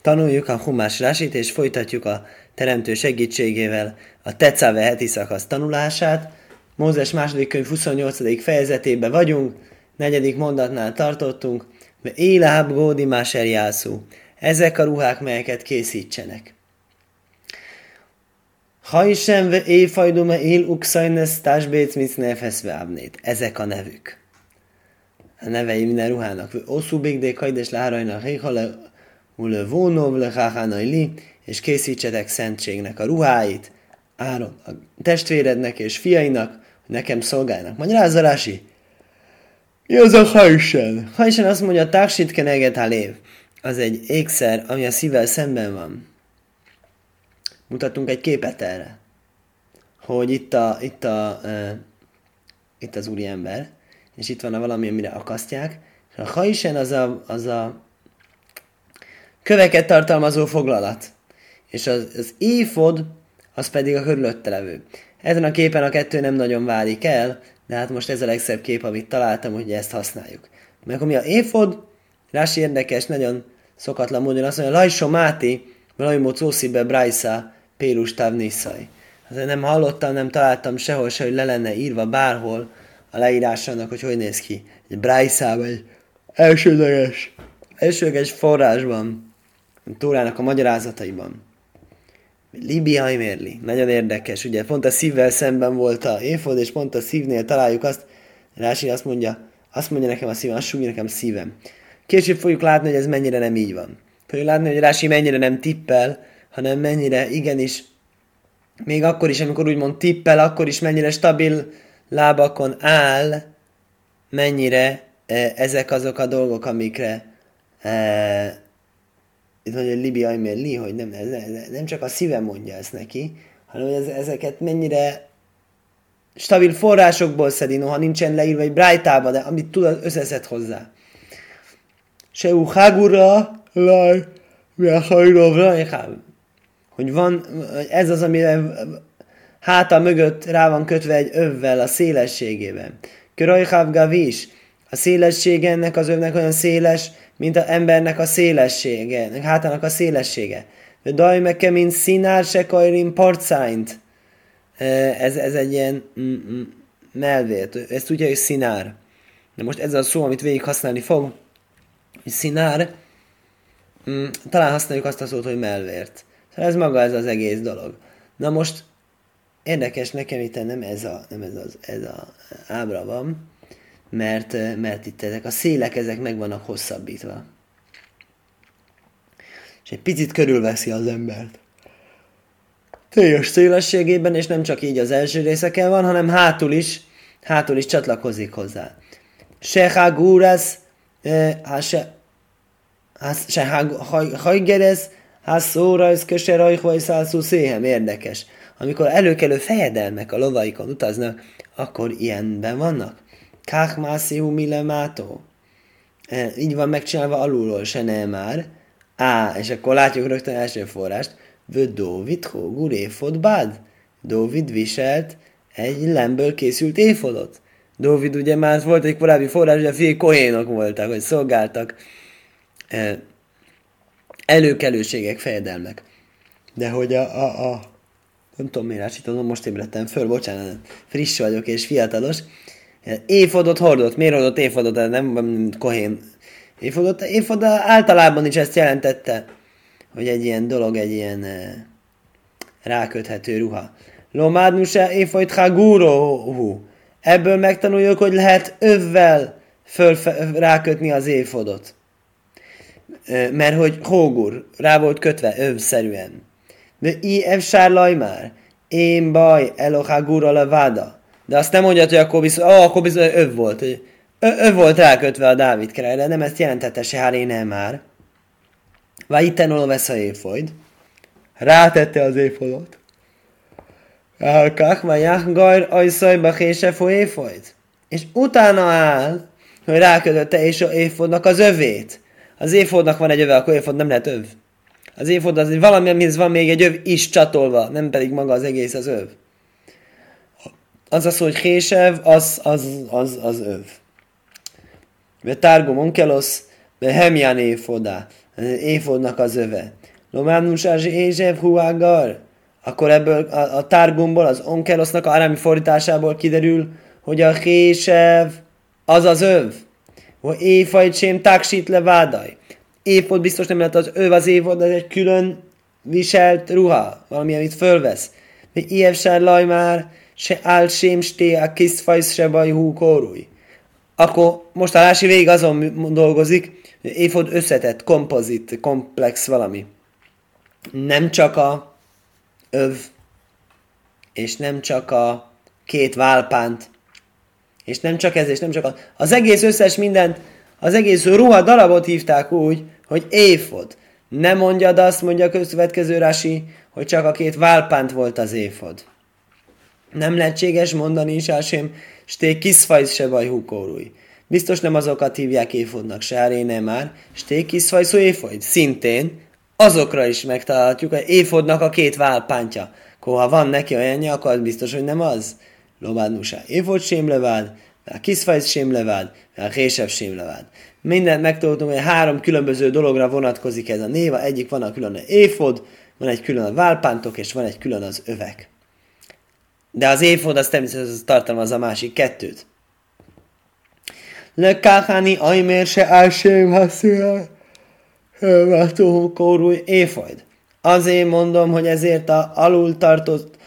Tanuljuk a Humás Rasit, és folytatjuk a Teremtő segítségével a Tecave heti szakasz tanulását. Mózes második könyv 28. fejezetében vagyunk, 4. mondatnál tartottunk, ve Éláb Gódi Máser Jászú. Ezek a ruhák, melyeket készítsenek. Hajsem ve éfajdume él ukszajnesz tásbéc micnefeszve ábnét. Ezek a nevük. A nevei minden ruhának. Oszú bigdé kajdes lárajnak héhale ule vónov le háhánajli, és készítsetek szentségnek a ruháit Áron a testvérednek és fiainak, hogy nekem szolgálnak. Magyarázza Rási. Mi az a hajsen? Hajsen azt mondja, társít keneget halév. Az egy ékszer, ami a szívvel szemben van. Mutattunk egy képet erre. Hogy itt az úriember, és itt van a valami, amire akasztják. És a hajsen az a köveket tartalmazó foglalat. És az éfod, az pedig a körülötte levő. Ezen a képen a kettő nem nagyon válik el, de hát most ez a legszebb kép, amit találtam, hogy ezt használjuk. Mert ami a éfod, Rási érdekes, nagyon szokatlan módon azt mondja, Lajsó Máti, Lajmó Cószibe Brajszá, Pélus Táv Niszai. Azért nem hallottam, nem találtam sehol se, hogy le lenne írva bárhol a leírás annak, hogy néz ki. Egy Brajszában, egy elsődleges forrásban, a Tórának a magyarázataiban. Libi Hajmérli. Nagyon érdekes, ugye pont a szívvel szemben volt a éfod, és pont a szívnél találjuk azt, Rási azt mondja nekem a szívem, azt súgja nekem a szívem. Később fogjuk látni, hogy ez mennyire nem így van. Fogjuk látni, hogy Rási mennyire nem tippel, hanem mennyire igenis, még akkor is, amikor úgymond tippel, akkor is mennyire stabil lábakon áll, mennyire ezek azok a dolgok, amikre itt mondja, hogy Libi Ajmér hogy nem csak a szívem mondja ezt neki, hanem hogy ezeket mennyire stabil forrásokból szedi, noha nincsen leírva egy brájtába, de amit tud, összeszed hozzá. Seu hágura, laj, hogy van, ez az, ami háta mögött rá van kötve egy övvel a szélességében. Körajháv gavis, a szélessége ennek az övnek olyan széles, mint az embernek a szélessége, hátának a szélessége. De dajmeke, mint színár se kajrin porcányt. Ez egy ilyen melvét. Ezt tudja, hogy színár. De most ez a szó, amit végig használni fog, hogy színár, talán használjuk azt a szót, hogy melvért. Szóval ez maga ez az egész dolog. Na most érdekes nekem itt nem ez a ábra van, mert itt ezek a szélek, ezek meg vannak hosszabbítva. És egy picit körülveszi az embert. Teljes szélességében, és nem csak így az első részeken van, hanem hátul is csatlakozik hozzá. Se hagúresz, se hajgeresz, szóra köserajhvaj szálszú széhem. Érdekes. Amikor előkelő fejedelmek a lovaikon utaznak, akkor ilyenben vannak. Káhmásziú milemátó. Így van megcsinálva alulról, se nem már. És akkor látjuk rögtön első forrást. Vö Dóvid hógur éfod bád. Dóvid viselt egy lemből készült éfodot. Dóvid ugye már volt egy korábbi forrás, hogy a fiai kohénok voltak, hogy szolgáltak előkelőségek, fejedelmek. De hogy nem tudom miért ásítom, most ébredtem föl, bocsánat, friss vagyok és fiatalos. Éfodot hordott. Miért hordott éfodot? Nem kohén. Éfod általában is ezt jelentette, hogy egy ilyen dolog, egy ilyen ráköthető ruha. Lomádnuse éfojt hagúró. Ebből megtanuljuk, hogy lehet övvel rákötni az éfodot. Mert hogy hógur, rá volt kötve övszerűen. De evsár már. Én baj, elohagúra leváda. De azt nem mondja, hogy akkor bizony öv volt. Öv volt rákötve a Dávid királyra, nem ezt jelentette se háré már. Vagy itten olvesz a éfolyt. Rátette az éfodot. Elkák, gajr, ajszajba hésefo éfolyt. És utána áll, hogy rákötötte és a éfodnak az övét. Az éfodnak van egy öve, akkor éfod nem lehet öv. Az éfod az valami, amihez van még egy öv is csatolva, nem pedig maga az egész az öv. Az az, hogy hésev, az öv. Ve tárgom onkelosz, ve hemján éfodá. éfodnak az öve. Lománusás Ézsev Huágar. Akkor ebből a tárgumból, az onkelosznak a arámi fordításából kiderül, hogy a hésev az az öv. Hogy éjfajt sem táksít le vádaj. Éfod biztos nem lehet az öv az éfod, ez egy külön viselt ruha, valami, amit fölvesz. Hogy ilyesár laj már, se áll sem sté a kiszfajsz se baj hú kórúj. Akkor most a Rási végig azon dolgozik, hogy éfod összetett, kompozit, komplex valami. Nem csak a öv, és nem csak a két válpánt, és nem csak ez, és nem csak az egész összes mindent, az egész ruha darabot hívták úgy, hogy éfod. Nem mondjad azt, mondja a következő Rási, hogy csak a két válpánt volt az éfod. Nem lehetséges mondani is, Ásém, sté kiszfajsz se baj húkórúj. Biztos nem azokat hívják éfodnak, se áréne már, sté kiszfajszó éfod. Szintén azokra is megtalálhatjuk, hogy éfodnak a két válpántja. Akkor ha van neki olyanja, akkor az biztos, hogy nem az. Lovád nusá éfod sém levád, a kiszfajsz sém levád, a hésev sém levád. Mindent megtudtunk, hogy 3 különböző dologra vonatkozik ez a név. Egyik van a külön a éfod, van egy külön a válpántok, és van egy külön az övek. De az éfod az természetesen tartalmaz a másik kettőt. Lekáháni ajmér se álsém haszia kórúj éfod. Azért mondom, hogy ezért a alul tartott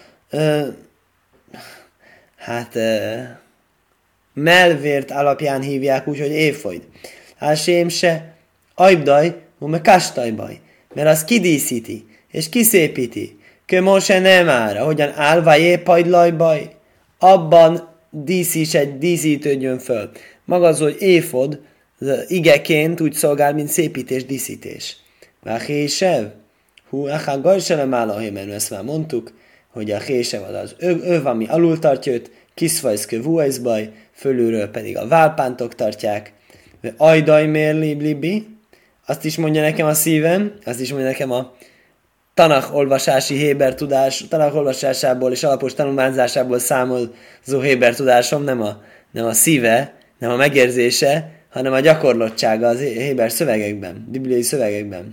melvért alapján hívják úgy, hogy éfod. Álsém se ajbdaj, me kastajbaj. Mert az kidíszíti, és kiszépíti. Kömose nem áll, ahogyan állva épajdlajbaj, abban díszítődjön föl. Maga az, hogy éfod, igeként úgy szolgál, mint szépítés, díszítés. Váhésev, a gajselem áll a hémenő, ezt már mondtuk, hogy a hésev az öv, ami alul tartja őt, kiszfajszkő vuajszbaj, fölülről pedig a válpántok tartják. Ajdaj mérliblibi, azt is mondja nekem a szívem, azt is mondja nekem a Tanach olvasási héber tudás, Tanach olvasásából és alapos tanulmányzásából számolzó héber tudásom, nem a szíve, nem a megérzése, hanem a gyakorlottsága az héber szövegekben, bibliai szövegekben.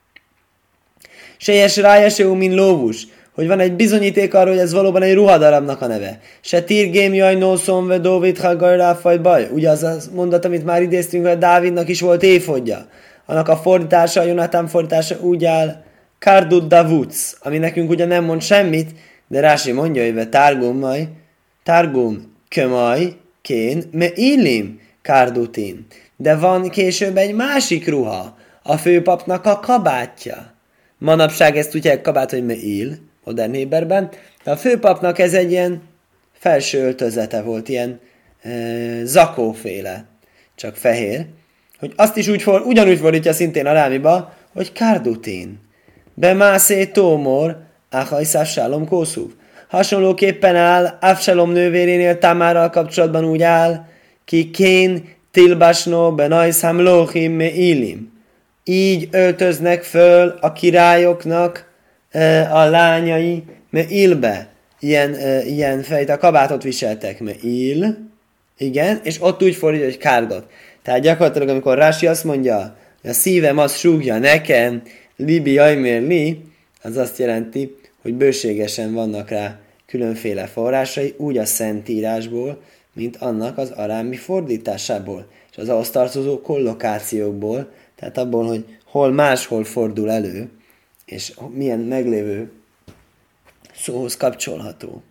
Sejes rájeseu min lóvus, hogy van egy bizonyíték arra, hogy ez valóban egy ruhadarabnak a neve. Se tirgém jaj nószom ve Dóvid haggar ráfajt baj. Ugye az a mondat, amit már idéztünk, hogy Dávidnak is volt éfodja. Annak a fordítása, a Jonatán fordítása úgy áll, Kardut Davuc, ami nekünk ugye nem mond semmit, de Rási mondja, hogy Targum kömaj, kén, me illim Kardutin. De van később egy másik ruha, a főpapnak a kabátja. Manapság ezt tudják kabát, hogy me il, modern héberben, de a főpapnak ez egy ilyen felső öltözete volt, ilyen zakóféle, csak fehér, hogy azt is ugyanúgy fordítja szintén a rámiba, hogy Kardutin. Bemászé tómor, áhajszás sálom kószúv. Hasonlóképpen áll, Avsalom nővérénél Tamárral kapcsolatban úgy áll, ki kén tilbasno benajszám lóhim me ilim. Így öltöznek föl a királyoknak a lányai me ilbe. Ilyen fejt a kabátot viseltek me il. Igen, és ott úgy fordítja, hogy kárgot. Tehát gyakorlatilag, amikor Rási azt mondja, hogy a szívem azt súgja nekem, libi ajmér li, az azt jelenti, hogy bőségesen vannak rá különféle forrásai, úgy a Szentírásból, mint annak az arámi fordításából, és az ahhoz tartozó kollokációkból, tehát abból, hogy hol máshol fordul elő, és milyen meglévő szóhoz kapcsolható.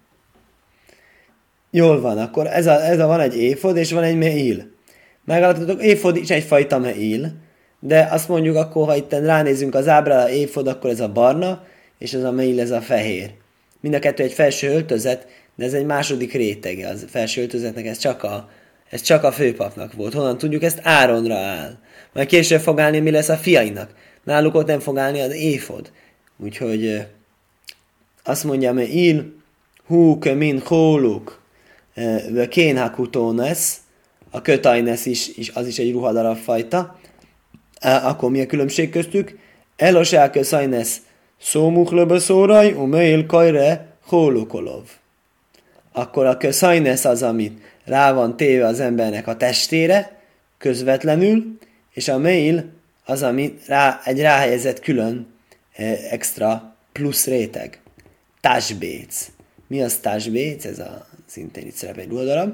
Jól van, akkor van egy éfod, és van egy meil. Megállapítottuk, éfod is egyfajta meil, de azt mondjuk akkor, ha itt ránézünk az ábrára, éfod, akkor ez a barna, és ez a meil, ez a fehér. Mind a kettő egy felső öltözet, de ez egy második rétege. Az felső öltözetnek ez csak a főpapnak volt. Honnan tudjuk, ezt Áronra áll. Majd később fog állni, mi lesz a fiainak. Náluk ott nem fog állni az éfod. Úgyhogy azt mondja, hogy il, hú, min hóluk, kénhakutónesz, a kötajnesz is, az is egy ruhadarab fajta. Akkor mi a különbség köztük? Elosálke szajnesz szómuklöbö szóraj, umeil kajre hólukolov. Akkor a köszajnesz az, amit rá van téve az embernek a testére, közvetlenül, és a meil az, ami egy ráhelyezett külön extra plusz réteg. Tásbéc. Mi az tásbéc? Ez szintén itt szerepel egy ruhadarab.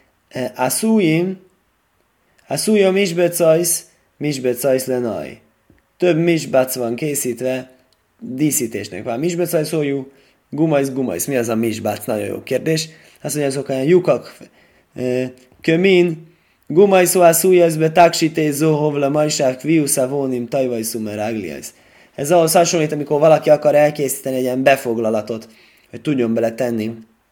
Aszújom misbecajsz lenaj. Több misbac van készítve díszítésnek. Van misbecajsz ójú, gumajsz. Mi az a misbac? Nagyon jó kérdés. Azt mondja, azok olyan lyukak. Kömin, gumajszó aszújaszbe taksité zohovla majsáv kviusza vónim tajvajszumer agliajsz. Ez ahhoz hasonlít, amikor valaki akar elkészíteni egy ilyen befoglalatot, hogy tudjon bele tenni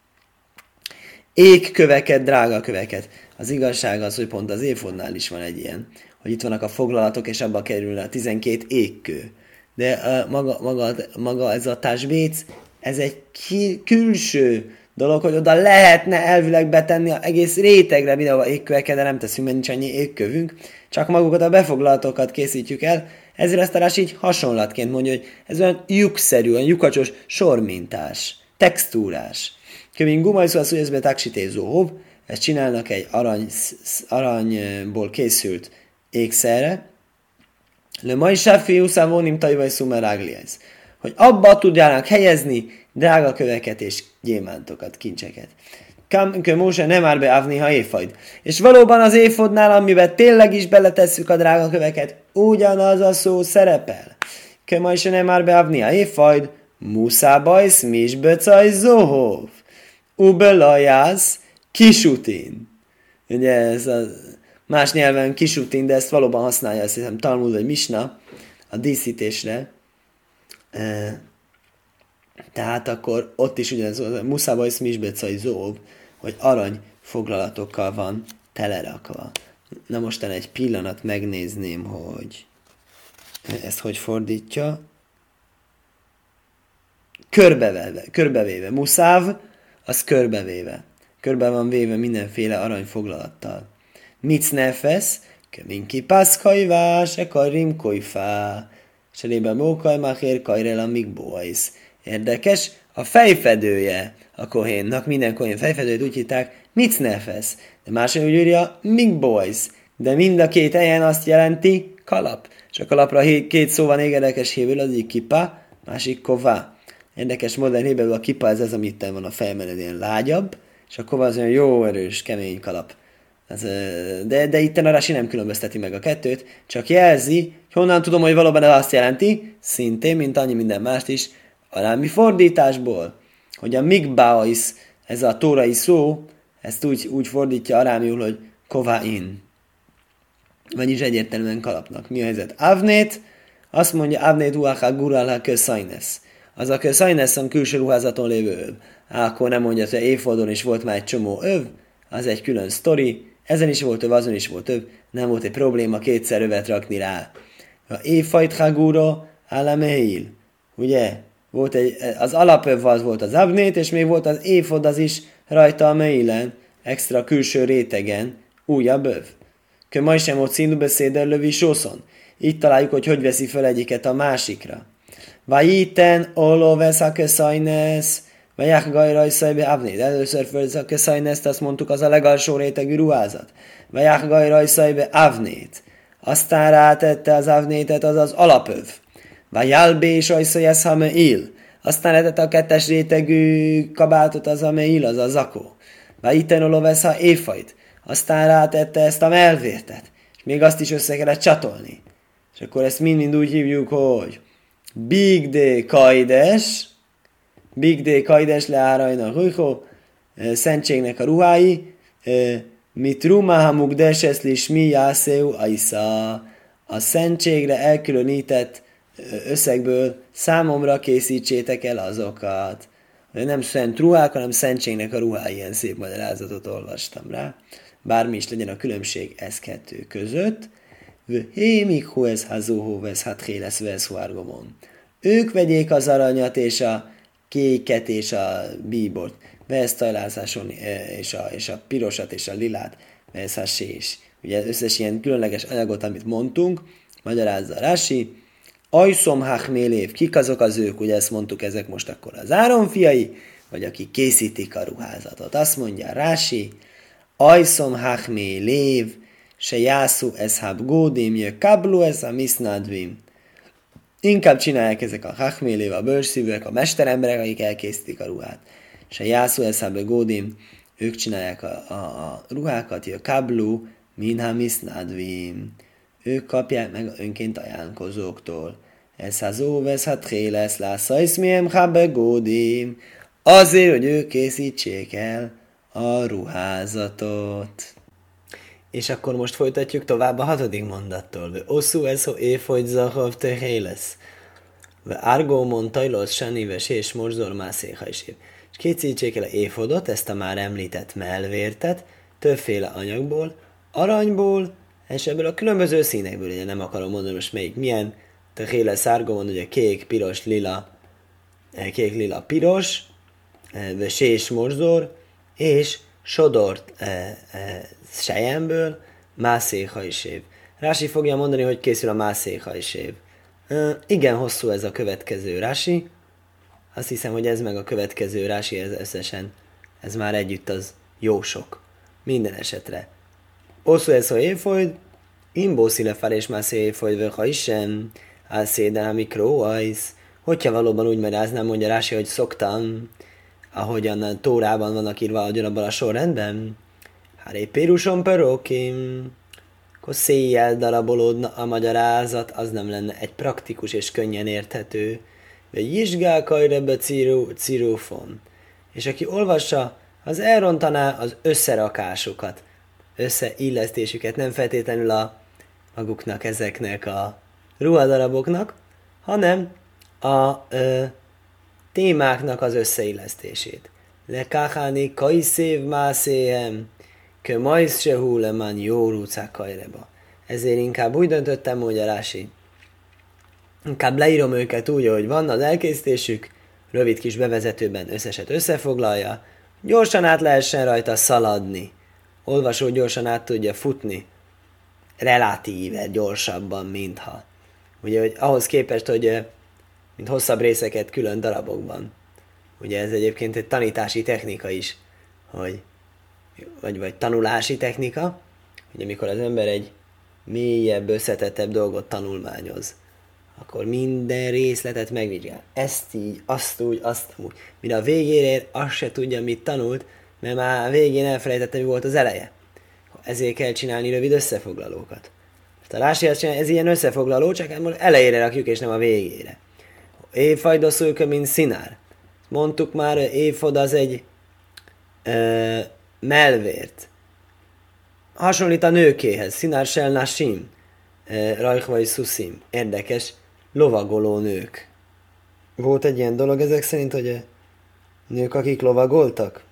égköveket, drága köveket. Az igazság az, hogy pont az éfodnál is van egy ilyen, hogy itt vannak a foglalatok, és abba kerül a 12 égkő. De maga ez a tásbéc, ez egy külső dolog, hogy oda lehetne elvileg betenni az egész rétegre mindenhova égköveket, de nem teszünk, mert nincs annyi égkövünk, csak magukat a befoglalatokat készítjük el, ezért ezt Rási így hasonlatként mondja, hogy ez olyan lyukszerű, olyan lyukacsos sormintás, textúrás. Kömin gumajszó az, hogy ez taksítézóhov, ezt csinálnak egy aranyból készült ékszerre, le mai sáfi uszávónim tajvaj szumerágliász, hogy abba tudjának helyezni drága köveket és gyémántokat, kincseket. Móse nem már be avni, ha éjfajd. És valóban az éjfodnál, amiben tényleg is beletesszük a drága köveket, ugyanaz a szó szerepel. Móse nem már be avni, ha éjfajd, muszábajsz, misböcaj, zohov. Ubelajász, kisutin. Ugye ez a más nyelven kisutin, de ezt valóban használja, azt hiszem Talmud vagy Misna a díszítésre. Tehát akkor ott is ugyanez volt, muszábajsz, misböcaj, zohov, hogy arany foglalatokkal van telerakva. Na mostan egy pillanat megnézném, hogy ezt hogy fordítja. Körbevéve. Muszáv, az körbevéve. Körbe van véve mindenféle aranyfoglalattal. Mic nefesz, kömin kipászkajvá, se kajrim kojfá, se lébe mókaj, máhér kajrel mikbóajsz. Érdekes, a fejfedője a kohénnak, minden kohén fejfedőt úgy hitták, mic nefesz, de máshogy úgy írja, mikbóajsz. De mind a két helyen azt jelenti kalap. És a kalapra két szó van érdekes hívül, az egyik kipa, másik ková. Érdekes modern héberül a kipa, ez az, amit van a fejben, ez ilyen lágyabb, és a kova az olyan jó erős, kemény kalap. De itt a Rási nem különbözteti meg a kettőt, csak jelzi, hogy honnan tudom, hogy valóban ez azt jelenti, szintén, mint annyi minden mást is, arámi fordításból, hogy a mikbáisz, ez a tórai szó, ezt úgy fordítja arámiul, hogy kovain. Vagyis egyértelműen kalapnak. Mi a helyzet? Avnét, azt mondja, Avnét uacha guralha köszajnesz. Az a köszajneszon külső ruházaton lévő öv. Akkor nem mondja, hogy évfordulón is volt már egy csomó öv, az egy külön sztori, ezen is volt öv, azon is volt öv, nem volt egy probléma kétszer övet rakni rá. A évfajt hagúra állameil. Ugye? Volt az alapöv az volt az avnét, és még volt az évfod az is rajta a meilen, extra külső rétegen, újabb öv. Ma sem ott színű beszéddel lövi sószon. Itt találjuk, hogy veszi fel egyiket a másikra. Vajiten olo vesz a köszajnesz, vajach gajrajszaj be avnét. Először földsz a köszajneszt, azt mondtuk, az a legalsó rétegű ruházat. Vajach gajrajszaj be avnét. Aztán rátette az avnétet, az az alapöv. Vajalbé sajszaj ez hameil. Aztán rátette a kettes rétegű kabátot, az hameil, az a zakó. Vajiten olo vesz a éfajt. Aztán rátette ezt a melvértet. És még azt is össze kellett csatolni. És akkor ezt mind úgy hívjuk, hogy Big D Kajdes, leárajna hujho, szentségnek a ruhái, mit rumáhamuk deseszli smi jászeu aisza, a szentségre elkülönített összegből számomra készítsétek el azokat. Nem szent ruhák, hanem szentségnek a ruhái, ilyen szép magyarázatot olvastam rá. Bármi is legyen a különbség ez kettő között. Hémikhu ez hazóhó ez hathéles veszhuárgomon. Ők vegyék az aranyat és a kéket és a bíbort, vesztajlázáson és a pirosat és a lilát, veszhasés. Ugye összes ilyen különleges anyagot, amit mondtunk, magyarázza Rási. Ajszom hachmélév, kik azok az ők, ugye ezt mondtuk, ezek most akkor az Áron fiai, vagy akik készítik a ruházatot. Azt mondja Rási, Ajszom hachmélév, se jászú eszháb gódim, jö kablu ez a misznádvim. Inkább csinálják ezek a hachméléve, a bölcsszívűek, a mesteremberek, akik elkészítik a ruhát. Se jászú eszháb gódim, ők csinálják a ruhákat, jö kablu, minha misznádvim. Ők kapják meg önként ajánlkozóktól. Ez az óvesz, hát lesz, lászajsz, milyen habbe gódim. Azért, hogy ők készítsék el a ruházatot. És akkor most folytatjuk tovább a 6. mondattól. Ve oszú eszó éfogy zahav tehélesz. Ve árgómon tajlos sanives és morzor mászéhajsév. És készítsék el a éfodot, ezt a már említett mellvértet, többféle anyagból, aranyból, és ebből a különböző színekből, ugye nem akarom mondani most melyik milyen, tehélesz árgómon, ugye kék, piros, lila, piros, sés morzor, és sodort sejemből, mászéhajsév. Rási fogja mondani, hogy készül a mászéhajsév. Igen hosszú ez a következő rási. Azt hiszem, hogy ez meg a következő rási, ez összesen, ez már együtt az jó sok. Minden esetre. Hosszú ez a éjfold, imbószi lefelé és mászéhajsév, ha isen, álszéden a mikróajsz. Hogyha valóban úgy magyaráznám, mondja rási, hogy szoktam, ahogyan a Tórában vannak írva ugyanabban a sorrendben. Háré péruson perókim. Akkor széjjel darabolódna a magyarázat, az nem lenne egy praktikus és könnyen érthető. Vagy jizsgál kajrebe cirófon. És aki olvassa, az elrontaná az összerakásukat, összeillesztésüket, nem feltétlenül a maguknak, ezeknek a ruhadaraboknak, hanem a témáknak az összeillesztését. Lekáháni kajszév mászéhem, kö majsz se húleman jó rúcák kajreba. Ezért inkább úgy döntöttem, mondja Rási. Inkább leírom őket úgy, ahogy van az elkészítésük, rövid kis bevezetőben összeset összefoglalja, gyorsan át lehessen rajta szaladni. Olvasó gyorsan át tudja futni, relatíve gyorsabban, mintha. Ugye, hogy ahhoz képest, hogy mint hosszabb részeket külön darabokban. Ugye ez egyébként egy tanítási technika is, hogy, vagy tanulási technika, hogy amikor az ember egy mélyebb, összetettebb dolgot tanulmányoz, akkor minden részletet megvizsgál. Ezt így, azt úgy, azt amúgy. Mire a végére ér, azt se tudja, mit tanult, mert már a végén elfelejtette, mi volt az eleje. Ezért kell csinálni rövid összefoglalókat. A Rási azt csinálja, ez ilyen összefoglaló, csak elejére rakjuk, és nem a végére. Évfajdoszulka, mint színár. Mondtuk már, évfod az egy melvért. Hasonlít a nőkéhez. Színár sel nasim. Rajch vagy szuszim. Érdekes. Lovagoló nők. Volt egy ilyen dolog ezek szerint, hogy nők, akik lovagoltak?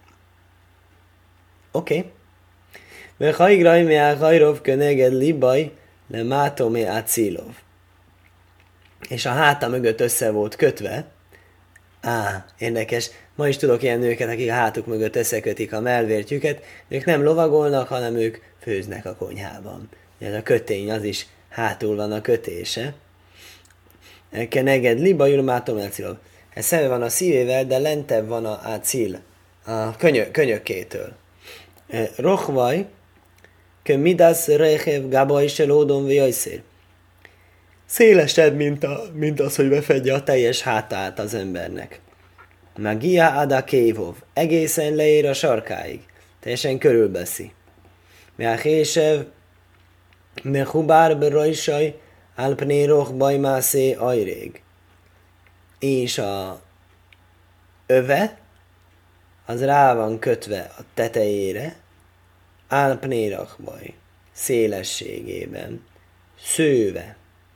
Oké. Mert ha igraj mi a hajrov köneged libaj, le mátó mi a cílov. És a háta mögött össze volt kötve. Érdekes. Ma is tudok ilyen nőket, akik a hátuk mögött összekötik a mellvértjüket. Ők nem lovagolnak, hanem ők főznek a konyhában. Ez a kötény, az is hátul van a kötése. Keneged liba jurmátom elcilov. Ez szemben van a szívével, de lentebb van a cíl, a könyökétől. Rochvaj, ke midas rechev gabaj se lódon vjajszér. Szélesebb, mint az, hogy befedje a teljes hátát az embernek. Magia ada kévov. Egészen leér a sarkáig. Teljesen körülbeszi. Meachésev mechubár berajsaj alpnéroch bajmászé ajrég. És a öve az rá van kötve a tetejére alpnérach baj szélességében. Szőve.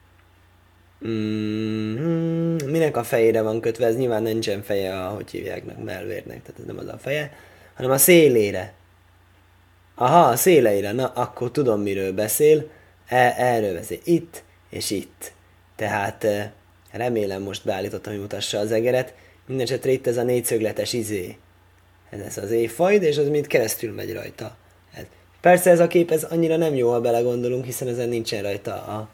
Minek a fejére van kötve? Ez nyilván nincsen feje, ahogy hívják mellvérnek, tehát ez nem az a feje, hanem a szélére. Aha, a széleire, na akkor tudom, miről beszél. Erről beszél. Itt és itt. Tehát remélem most beállítottam, hogy mutassa az egeret. Mindenesetre itt ez a négyszögletes izé. Ez az évfajd, és az mind keresztül megy rajta. Persze ez a kép ez annyira nem jó, ha belegondolunk, hiszen ezen nincsen rajta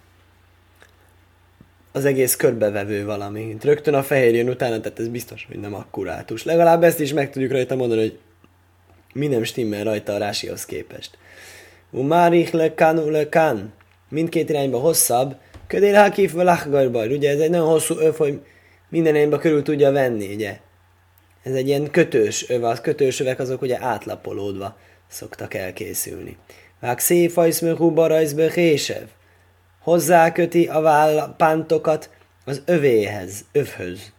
az egész körbevevő valami. Rögtön a fehér jön utána, tehát ez biztos, hogy nem akkurátus. Legalább ezt is meg tudjuk rajta mondani, hogy mi nem stimmel rajta a Rásihoz képest. Umárich lekán. Mindkét irányba hosszabb. Ködél hakif velachgarbaj. Ugye ez egy nagyon hosszú öv, hogy minden irányba körül tudja venni, ugye. Ez egy ilyen kötős öv. A kötős övek azok ugye átlapolódva szoktak elkészülni. Vák széfajsz hubarajszbe hésev. Hozzáköti a vállpántokat az övéhez, övhöz.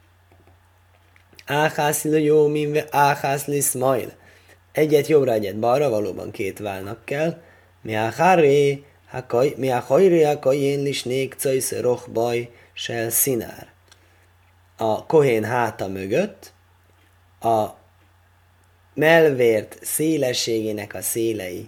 Áhász jó minve áhász liszmajl. Egyet jobbra, egyet balra, valóban két válnak kell. Mi a hajré, a kajén lisnék, cajsz rohbaj, sel színár. A kohén háta mögött a mellvért szélességének a széleihez.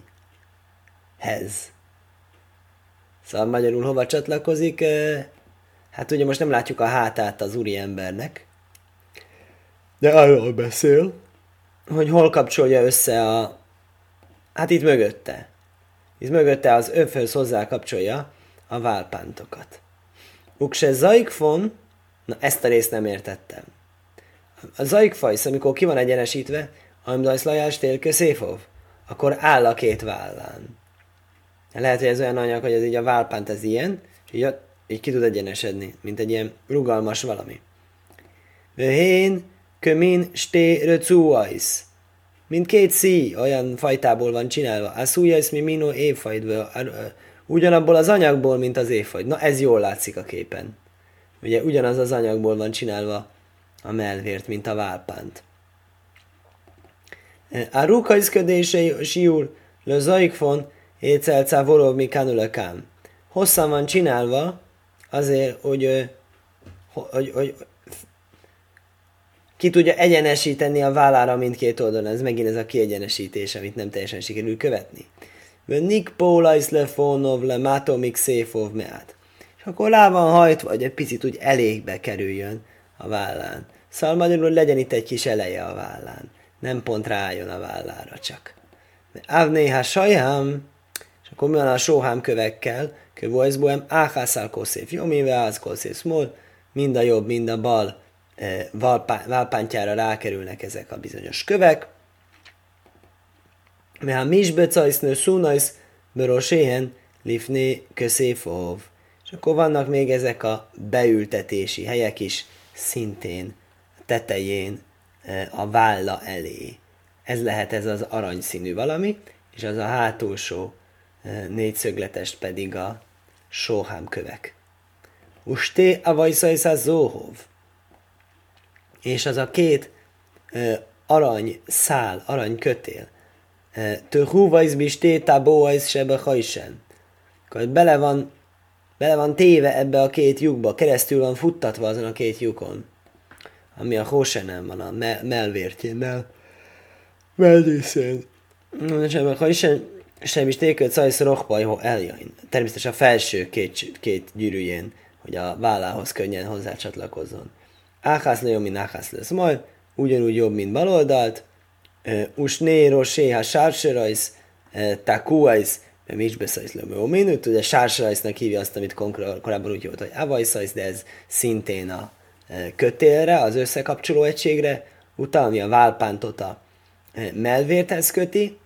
Szóval magyarul hova csatlakozik? Hát ugye most nem látjuk a hátát az úri embernek, de arról beszél, hogy hol kapcsolja össze a... Hát itt mögötte. Itt mögötte az övhöz hozzá kapcsolja a válpántokat. Ukse zaikfon, na ezt a részt nem értettem. A zaikfajsz, amikor ki van egyenesítve, amdajsz lajás télke széfov, akkor áll a két vállán. Lehet, hogy ez olyan anyag, hogy ez így a válpánt ez ilyen, és így ki tud egyenesedni, mint egy ilyen rugalmas valami. Vöhén, kömin, sté, röcúajsz. Mint két szíj, olyan fajtából van csinálva. A szújajsz mi minó évfajdva. Ugyanabból az anyagból, mint az évfajd. Na ez jól látszik a képen. Ugye ugyanaz az anyagból van csinálva a mellvért, mint a válpánt. A rúkajszködése siúr, le zaikfon, écelcá vorov mi kanulakám. Hosszan van csinálva azért, hogy ki tudja egyenesíteni a vállára mindkét oldalon. Ez megint ez a kiegyenesítés, amit nem teljesen sikerül követni. Nik pólajsz le fonov le mátomik széfov meát. És akkor rá van hajtva, hogy egy picit úgy elégbe kerüljön a vállán. Szóval magyarul legyen itt egy kis eleje a vállán. Nem pont rájön a vállára csak. Ávnéhá sajhám, és akkor mi van a sóhám kövekkel? Kövojszbóem áhászál koszéf. Jó, mivel az koszéf smol, mind a jobb, mind a bal válpántjára rákerülnek ezek a bizonyos kövek. Mert ha misbecajsznő szúnajsz böroséhen lifné köszéfov. És akkor vannak még ezek a beültetési helyek is, szintén a tetején a válla elé. Ez lehet ez az aranyszínű valami, és az a hátulsó négyszögletes pedig a sóhámkövek. Usté a vajszajszá zóhov. És az a két arany szál, arany kötél. Töhúvajsz bisté tabóvajsz sebe hajsen. Akkor bele van téve ebbe a két lyukba, keresztül van futtatva azon a két lyukon, ami a hósenen van, a mellvértjén, melldíszén. Sebe hajsen, sem is tékölt szajsz rohpajhó eljain. Természetesen a felső két gyűrűjén, hogy a vállához könnyen hozzácsatlakozzon. Áhász le jobb, mint áhász lesz majd, ugyanúgy jobb, mint baloldalt. Usné, rosé, ha sárserajsz, takuajsz, mert mi is beszajsz le jó minőt. Ugye sárserajsznak hívja azt, amit korábban úgy volt, hogy avajszajsz, de ez szintén a kötélre, az összekapcsoló egységre utal, ami a válpántot a mellvérthez köti.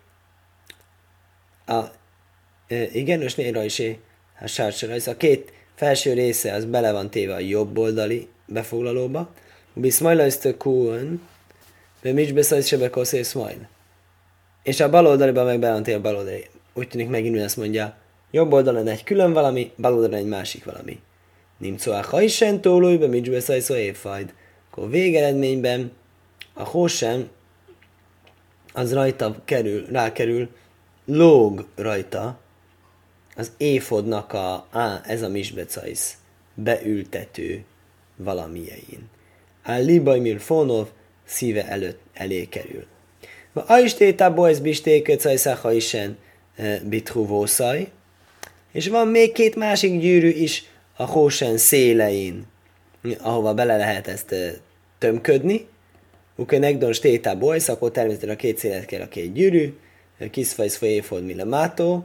Igen, usné, rosé, ha sárserajsz. A két felső része az bele van téve a jobb oldali befoglalóba. Biszmajlajsztő kúön, de mi is beszélsz sebe koszész majd. És a bal oldaliban meg belantél a bal oldali. Úgy tűnik megint azt mondja, jobb oldalon egy külön valami, bal oldalon egy másik valami. Nimcó a hajsen tólójba, mi is beszélsz évfajd. Akkor végeredményben a hósem az rajta rákerül, lóg rajta az éfodnak ez a misbecajsz beültető valamilyen. A libajmir fonov szíve elé kerül. Ma aistétából ez bistéköcajszáha isen bithuvószaj, és van még két másik gyűrű is a hósen szélein, ahova bele lehet ezt tömködni. Ukenekdon stétából, akkor természetesen a két szélet kell a két gyűrű, kiszfajsz faj éfod mille mátó,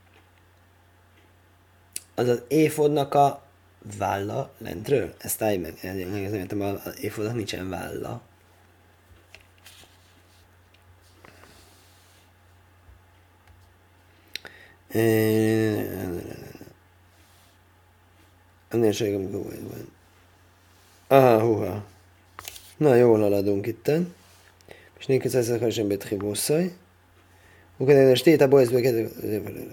az az éfodnak a válla lentről. Ezt állj meg, az éfodnak nincsen válla. Ennél se amikor van. Aha, huha. Na, jól haladunk itten. És nékez ezzel a sem betchibosszaj. Ukána stéta bajzbe kezdve.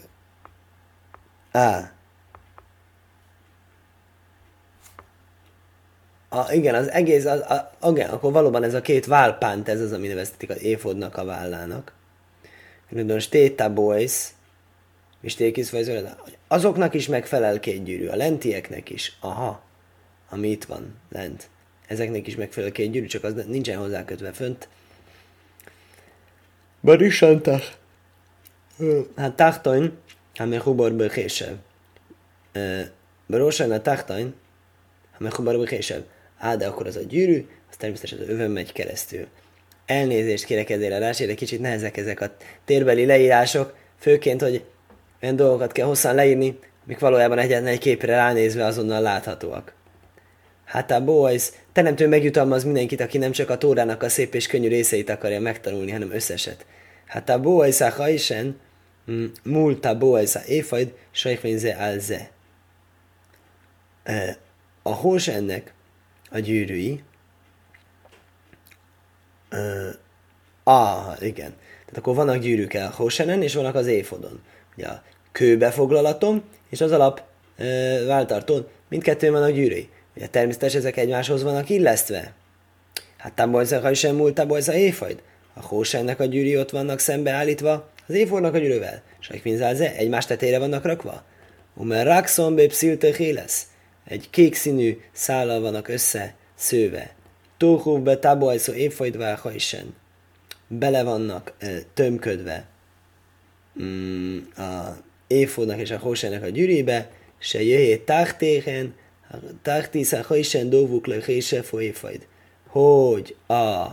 Igen, az egész, igen, akkor valóban ez a két válpánt, ez az, ami neveztetik az éfodnak a vállának. Különben stéta boys, és tékisz vagy azoknak is megfelel két gyűrű, a lentieknek is. Aha, ami itt van, lent. Ezeknek is megfelel két gyűrű, csak az nincsen hozzá kötve fönt. Barisantach. Hát tachtain, hát meg huborból késev. Barosan a tachtain, hát meg huborból késev. De akkor az a gyűrű, az természetesen az övön megy keresztül. Elnézést kérek ezért a rásért, egy kicsit nehezek ezek a térbeli leírások, főként, hogy olyan dolgokat kell hosszan leírni, amik valójában egyetlen egy képre ránézve azonnal láthatóak. Hát a boys, teremtő megjutalmaz mindenkit, aki nem csak a Tórának a szép és könnyű részeit akarja megtanulni, hanem összeset. Hát a boys a hajsen, múlta boys a éfajd, sajfényze alze. A hósennek a gyűrűi, igen. Tehát akkor vannak gyűrűk a hósenen, és vannak az éfodon. Ugye a kőbefoglalatom, és az alap váltartón, mindkettőn vannak gyűrűi. Ugye természetesen ezek egymáshoz vannak illesztve. Hát tábolza, ha sem múlt tábolza éfajd. A hósennek a gyűrűi ott vannak szembeállítva az éfodnak a gyűrűvel. Sajkvinzálze, egymás tetejére vannak rakva. Umer rakszon be pszilte lesz. Egy kék színű szállal vannak össze szőve. Tóhúvbe tábolszó évfajdvá hajsen. Bele vannak tömködve a éfódnak és a hósának a gyűrűbe, se jöjjé táhtéhen, táhtíszá hajsen dóvuk le hése folyfajd. Hogy a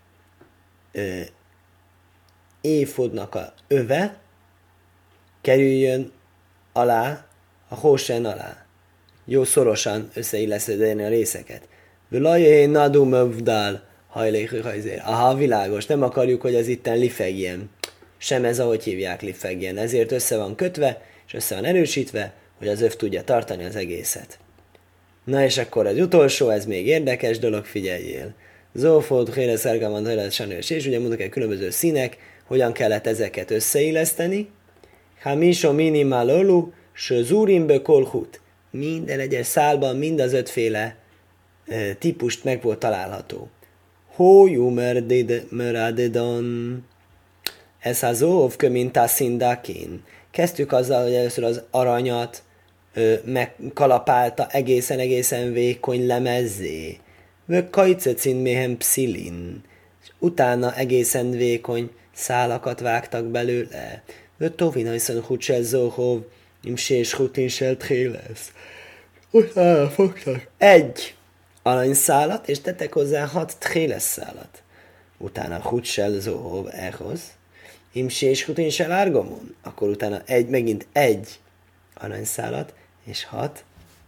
éfódnak a öve kerüljön alá, a hósen alá. Jó szorosan összeilleszteni a részeket. Völajé nadum övdál hajlékű hajzér. Aha, világos, nem akarjuk, hogy ez itten lifegjen. Sem ez, ahogy hívják, lifegjen. Ezért össze van kötve, és össze van erősítve, hogy az öv tudja tartani az egészet. Na és akkor az utolsó, ez még érdekes dolog, figyeljél. Zófód, Hére, Szergamant, Hére, Sanős, és ugye mondok el különböző színek, hogyan kellett ezeket összeilleszteni. Hamisho minimál olu, ső zúrimbe kolhut. Minden egyes szálban mind az ötféle típust meg volt található. Hójú meradedon. Ez az óv kömintá szindakin. Kezdtük azzal, hogy először az aranyat megkalapálta egészen vékony lemezzé. Vök kajcecin méhem pszilin. És utána egészen vékony szálakat vágtak belőle. Vök tovinajszon hucsel zóhov, imsés hutinselt tréles. Utána fogtak egy aranyszálat, és tettek hozzá 6 tréles szálat. Utána hutsel zóhov ehhoz, imsés hutinselt árgomon. Akkor utána megint egy aranyszálat, és 6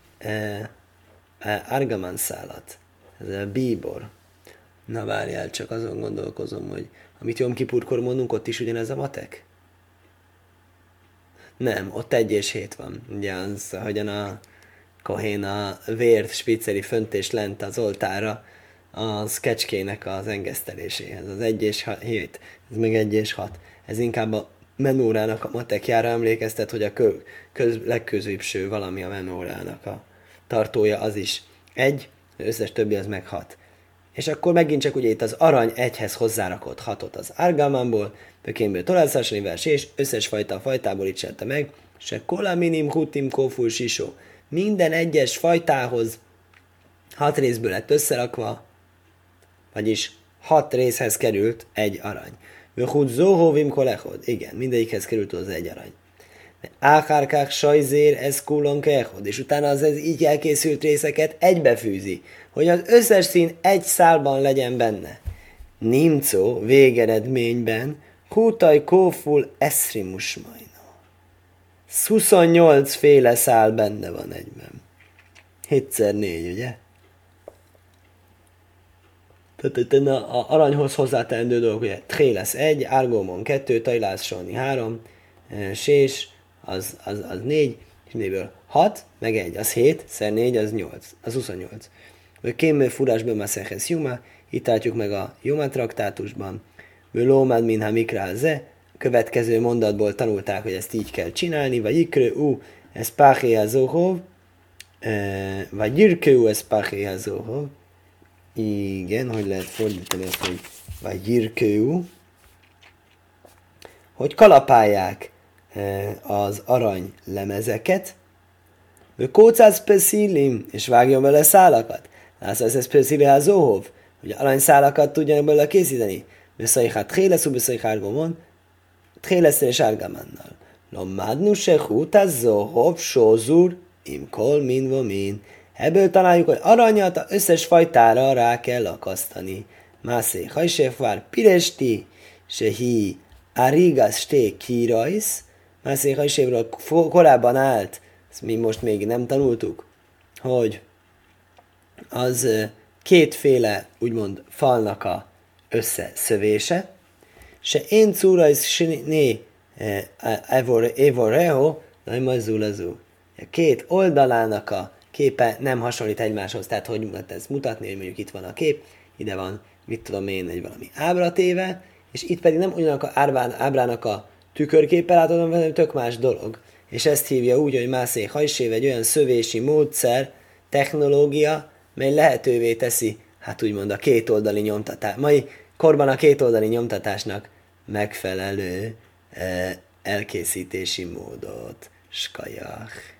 argaman szálat. Ez a bíbor. Na várjál, csak azon gondolkozom, hogy amit Jom Kipurkor mondunk, ott is ugyanez a matek? Nem, ott 1 és 7 van. Ugye az, ahogyan a Kohén a vért spicceli fönt és lent az oltára az kecskének az engeszteléséhez. Az 1 és 7, ez meg 1 és 6. Ez inkább a menórának a matekjára emlékeztet, hogy a legközépső valami a menórának a tartója az is 1, az összes többi az meg 6. És akkor megint csak ugye itt az arany 1-hez hozzárakott 6-ot az árgámánból, pökénből tolászásanivel és összes fajtából itt meg, se kola minim hutim kóful sisó. Minden egyes fajtához 6 részből lett összerakva, vagyis 6 részhez került egy arany. Vöhud zóhovim kolechod. Igen, mindegyikhez került az egy arany. Áhárkák sajzér ez kulon kechod. És utána az ez így elkészült részeket egybefűzi, hogy az összes szín egy szálban legyen benne. Nimcó végeredményben hútaj kóful eszrimus majna. 28 féle szál benne van egyben. 7x4, ugye? Tehát a aranyhoz hozzáteendő dolgok, ugye, tré lesz 1, árgómon 2, tajlászsolni 3, sés, az 4, és 4-ből 6, meg 1, az 7, szer 4, az 8, az 28. Vagy kémmel furásbe maszeches juma, itt álltjuk meg a Juma traktátusban. Lómád minha mikráze, következő mondatból tanulták, hogy ezt így kell csinálni, vagy ikrő ez páhéja zohov, vagy gyirkő ez páhéja zohov. Igen, hogy lehet fordítani ezt, hogy vagy gyirkő, hogy kalapálják az arany lemezeket, kócász peszilim, és vágjon vele szálakat. Lász, ez peszilim zohov, hogy aranyszálakat tudjanak belőle készíteni. Beszajhát trélesszú, beszajhát gomon, tréleszen és árgamannal. Lomádnu se húta zohov, sózur, imkol min vomin. Ebből találjuk, hogy aranyat az összes fajtára rá kell akasztani. Mászé hajsefvár piresti, se hi arigas sté kirajsz. Mászé hajsefvár korábban állt, ezt mi most még nem tanultuk, hogy az kétféle, úgymond, falnak a összeszövése, se én cúrajsz né evoreho, nagy mazulazú. A két oldalának a képe nem hasonlít egymáshoz, tehát hogy lehet ezt mutatni, hogy mondjuk itt van a kép, ide van, mit tudom én, egy valami ábratéve, és itt pedig nem ugyanak a ábrának a tükörképpel látod, hanem tök más dolog. És ezt hívja úgy, hogy mászé hajsév egy olyan szövési módszer, technológia, mely lehetővé teszi, hát úgymond a kétoldali nyomtatás, mai korban a kétoldali nyomtatásnak megfelelő elkészítési módot. Skajach.